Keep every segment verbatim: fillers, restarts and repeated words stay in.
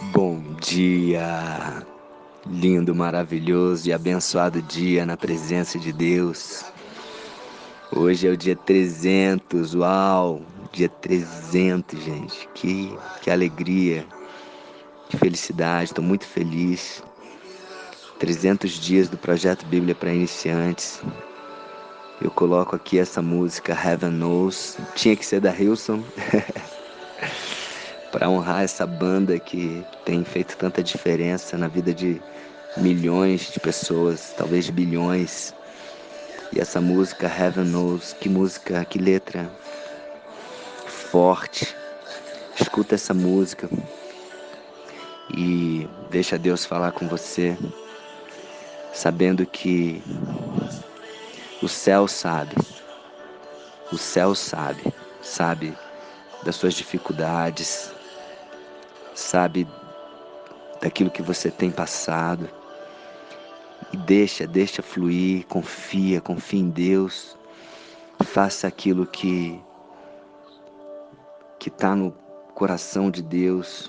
Bom dia, lindo, maravilhoso e abençoado dia na presença de Deus. Hoje é o dia trezentos, uau, dia trezentos, gente, que, que alegria, que felicidade, estou muito feliz. trezentos dias do Projeto Bíblia para Iniciantes. Eu coloco aqui essa música Heaven Knows, tinha que ser da Hillsong, para honrar essa banda que tem feito tanta diferença na vida de milhões de pessoas, talvez bilhões. E essa música Heaven Knows, que música, que letra forte. Escuta essa música e deixa Deus falar com você, sabendo que o céu sabe, o céu sabe, sabe das suas dificuldades, sabe daquilo que você tem passado. E deixa, deixa fluir, confia, confia em Deus. Faça aquilo que que está no coração de Deus.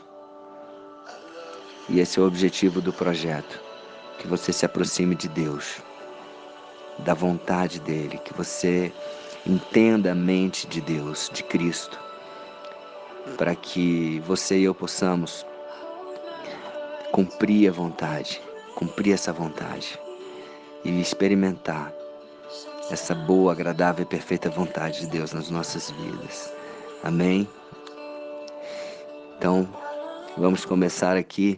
E esse é o objetivo do projeto, que você se aproxime de Deus, da vontade dEle, que você entenda a mente de Deus, de Cristo, para que você e eu possamos cumprir a vontade, cumprir essa vontade e experimentar essa boa, agradável e perfeita vontade de Deus nas nossas vidas. Amém? Então, vamos começar aqui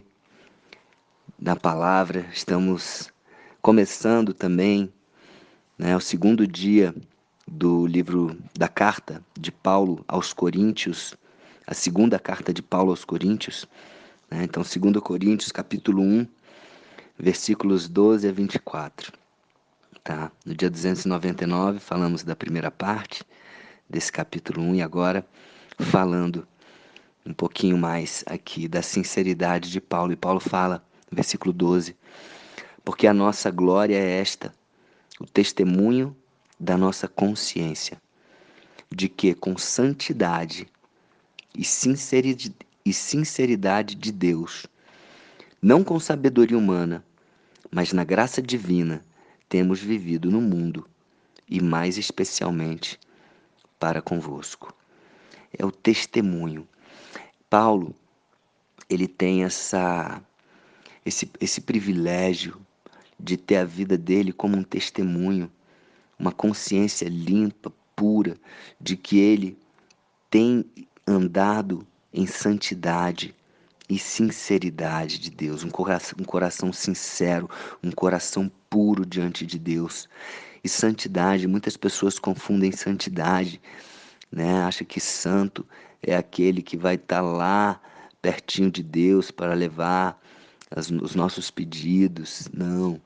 na palavra. Estamos começando também, né, o segundo dia do livro da carta de Paulo aos Coríntios, a segunda carta de Paulo aos Coríntios, né? Então, dois Coríntios, capítulo um, versículos doze a vinte e quatro. Tá? No dia duzentos e noventa e nove falamos da primeira parte desse capítulo um e agora falando um pouquinho mais aqui da sinceridade de Paulo. E Paulo fala, no versículo doze, porque a nossa glória é esta, o testemunho da nossa consciência, de que com santidade e sinceridade, e sinceridade de Deus, não com sabedoria humana, mas na graça divina, temos vivido no mundo, e mais especialmente para convosco. É o testemunho. Paulo, ele tem essa, esse, esse privilégio de ter a vida dele como um testemunho, uma consciência limpa, pura, de que ele tem andado em santidade e sinceridade de Deus, um coração, um coração sincero, um coração puro diante de Deus. E santidade, muitas pessoas confundem santidade, né? Acha que santo é aquele que vai estar lá pertinho de Deus para levar as, os nossos pedidos. Não.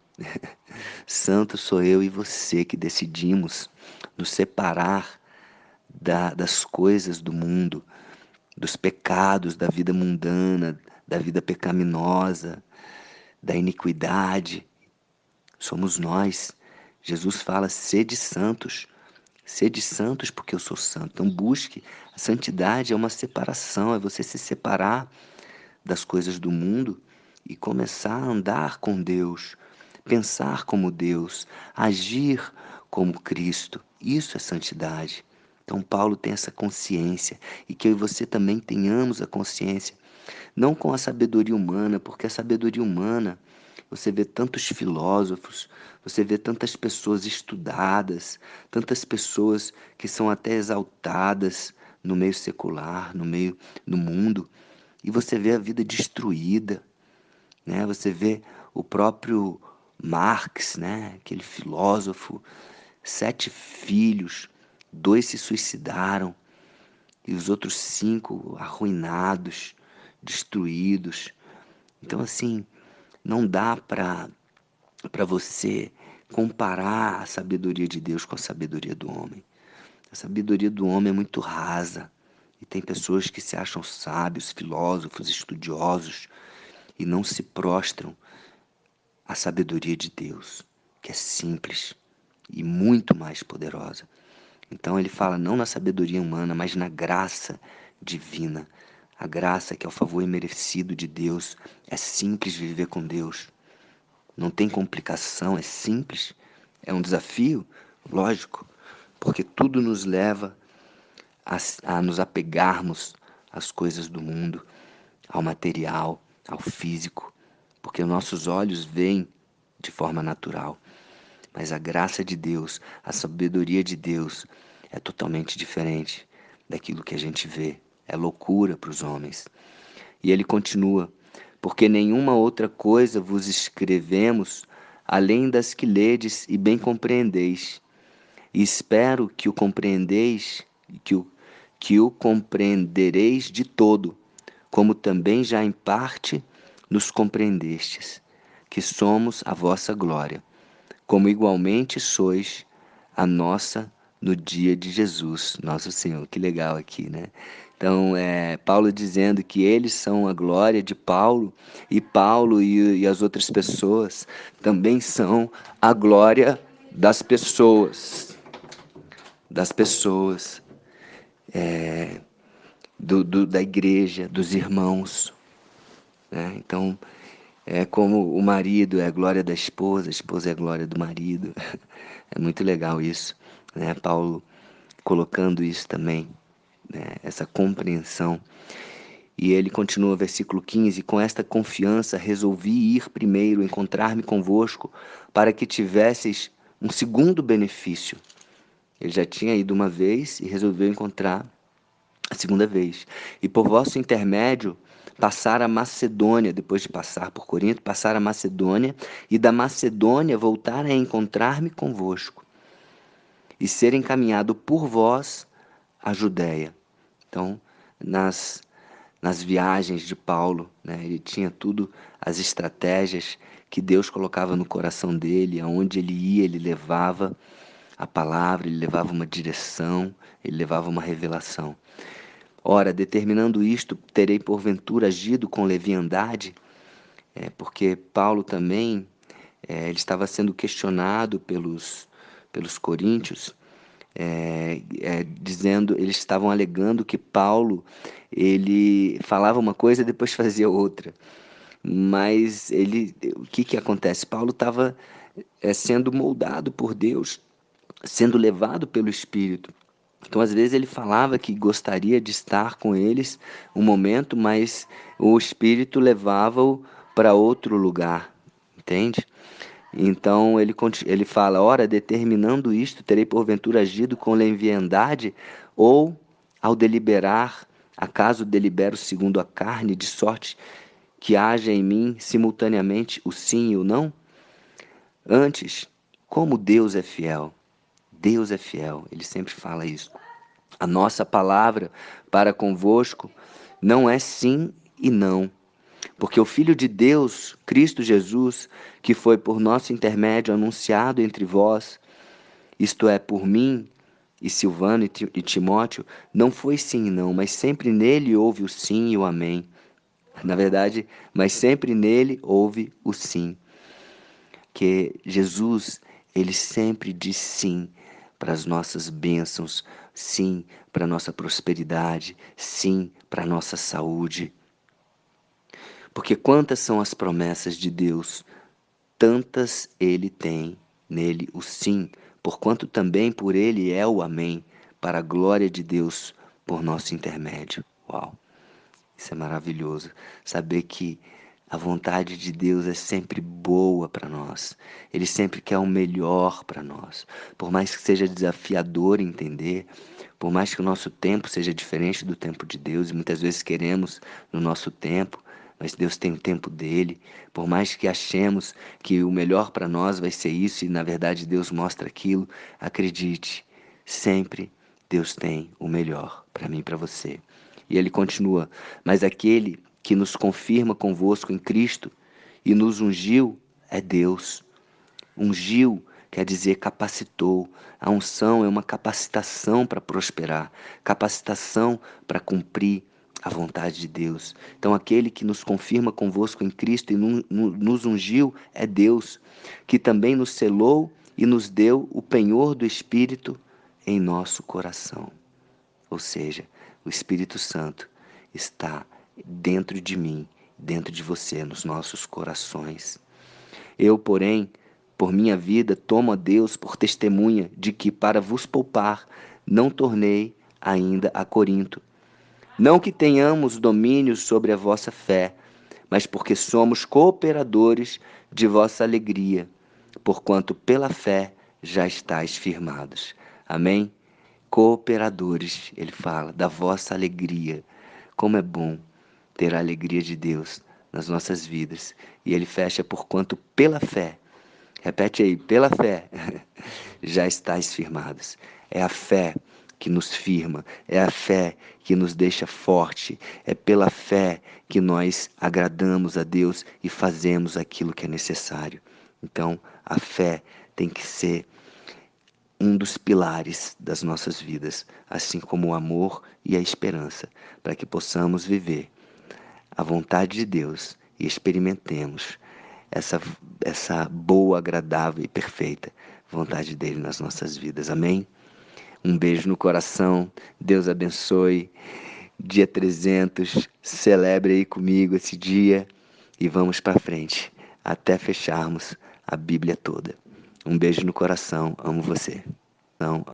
Santo sou eu e você que decidimos nos separar da, das coisas do mundo, dos pecados, da vida mundana, da vida pecaminosa, da iniquidade. Somos nós. Jesus fala, sede santos. Sede santos porque eu sou santo. Então busque. A santidade é uma separação, é você se separar das coisas do mundo e começar a andar com Deus, pensar como Deus, agir como Cristo. Isso é santidade. Então Paulo tem essa consciência e que eu e você também tenhamos a consciência, não com a sabedoria humana, porque a sabedoria humana, você vê tantos filósofos, você vê tantas pessoas estudadas, tantas pessoas que são até exaltadas no meio secular, no meio no mundo, e você vê a vida destruída, né? Você vê o próprio Marx, né? Aquele filósofo, sete filhos, dois se suicidaram e os outros cinco arruinados, destruídos. Então, assim, não dá para para você comparar a sabedoria de Deus com a sabedoria do homem. A sabedoria do homem é muito rasa. E tem pessoas que se acham sábios, filósofos, estudiosos e não se prostram à sabedoria de Deus, que é simples e muito mais poderosa. Então ele fala não na sabedoria humana, mas na graça divina. A graça, que é o favor imerecido de Deus. É simples viver com Deus. Não tem complicação, é simples. É um desafio, lógico, porque tudo nos leva a, a nos apegarmos às coisas do mundo, ao material, ao físico, porque nossos olhos veem de forma natural. Mas a graça de Deus, a sabedoria de Deus é totalmente diferente daquilo que a gente vê. É loucura para os homens. E ele continua: porque nenhuma outra coisa vos escrevemos, além das que ledes e bem compreendeis. E espero que o compreendeis, que o, que o compreendereis de todo, como também já em parte nos compreendestes, que somos a vossa glória, como igualmente sois a nossa no dia de Jesus, nosso Senhor. Que legal aqui, né? Então, é, Paulo dizendo que eles são a glória de Paulo, e Paulo e, e as outras pessoas também são a glória das pessoas, das pessoas, é, do, do, da igreja, dos irmãos, né? Então, é como o marido é a glória da esposa, a esposa é a glória do marido. É muito legal isso, né? Paulo colocando isso também, né? Essa compreensão. E ele continua, versículo quinze: com esta confiança resolvi ir primeiro, encontrar-me convosco, para que tivesseis um segundo benefício. Ele já tinha ido uma vez e resolveu encontrar a segunda vez. E por vosso intermédio passar a Macedônia, depois de passar por Corinto, passar a Macedônia, e da Macedônia voltar a encontrar-me convosco, e ser encaminhado por vós à Judéia. Então, nas, nas viagens de Paulo, né, ele tinha tudo, as estratégias que Deus colocava no coração dele, aonde ele ia, ele levava a palavra, ele levava uma direção, ele levava uma revelação. Ora, determinando isto, terei porventura agido com leviandade, é, porque Paulo também, é, ele estava sendo questionado pelos, pelos coríntios, é, é, dizendo, eles estavam alegando que Paulo, ele falava uma coisa e depois fazia outra. Mas ele, o que que acontece? Paulo estava é, sendo moldado por Deus, sendo levado pelo Espírito. Então, às vezes, ele falava que gostaria de estar com eles um momento, mas o Espírito levava-o para outro lugar, entende? Então, ele, ele fala: ora, determinando isto, terei porventura agido com leviandade, ou, ao deliberar, acaso delibero segundo a carne, de sorte que haja em mim simultaneamente o sim e o não? Antes, como Deus é fiel, Deus é fiel, ele sempre fala isso. A nossa palavra para convosco não é sim e não, porque o Filho de Deus, Cristo Jesus, que foi por nosso intermédio anunciado entre vós, isto é, por mim e Silvano e Timóteo, não foi sim e não, mas sempre nele houve o sim e o amém. Na verdade, mas sempre nele houve o sim. Que Jesus, ele sempre diz sim para as nossas bênçãos, sim para a nossa prosperidade, sim para a nossa saúde. Porque quantas são as promessas de Deus, tantas ele tem nele o sim, porquanto também por ele é o amém, para a glória de Deus por nosso intermédio. Uau! Isso é maravilhoso, saber que a vontade de Deus é sempre boa para nós. Ele sempre quer o melhor para nós. Por mais que seja desafiador entender, por mais que o nosso tempo seja diferente do tempo de Deus, e muitas vezes queremos no nosso tempo, mas Deus tem o tempo dele. Por mais que achemos que o melhor para nós vai ser isso, e na verdade Deus mostra aquilo, acredite, sempre Deus tem o melhor para mim e para você. E ele continua: mas aquele que nos confirma convosco em Cristo e nos ungiu é Deus. Ungiu quer dizer capacitou. A unção é uma capacitação para prosperar, capacitação para cumprir a vontade de Deus. Então, aquele que nos confirma convosco em Cristo e nu, nu, nos ungiu é Deus, que também nos selou e nos deu o penhor do Espírito em nosso coração. Ou seja, o Espírito Santo, está dentro de mim, dentro de você, nos nossos corações. Eu, porém, por minha vida, tomo a Deus por testemunha de que, para vos poupar, não tornei ainda a Corinto. Não que tenhamos domínio sobre a vossa fé, mas porque somos cooperadores de vossa alegria, porquanto pela fé já estáis firmados. Amém? Cooperadores, ele fala, da vossa alegria. Como é bom ter a alegria de Deus nas nossas vidas. E ele fecha, porquanto pela fé. Repete aí, pela fé já estáis firmados. É a fé que nos firma, é a fé que nos deixa forte, é pela fé que nós agradamos a Deus e fazemos aquilo que é necessário. Então, a fé tem que ser um dos pilares das nossas vidas, assim como o amor e a esperança, para que possamos viver a vontade de Deus e experimentemos essa, essa boa, agradável e perfeita vontade dele nas nossas vidas. Amém? Um beijo no coração, Deus abençoe. Dia trezentos, celebre aí comigo esse dia e vamos para frente, até fecharmos a Bíblia toda. Um beijo no coração, amo você. Então,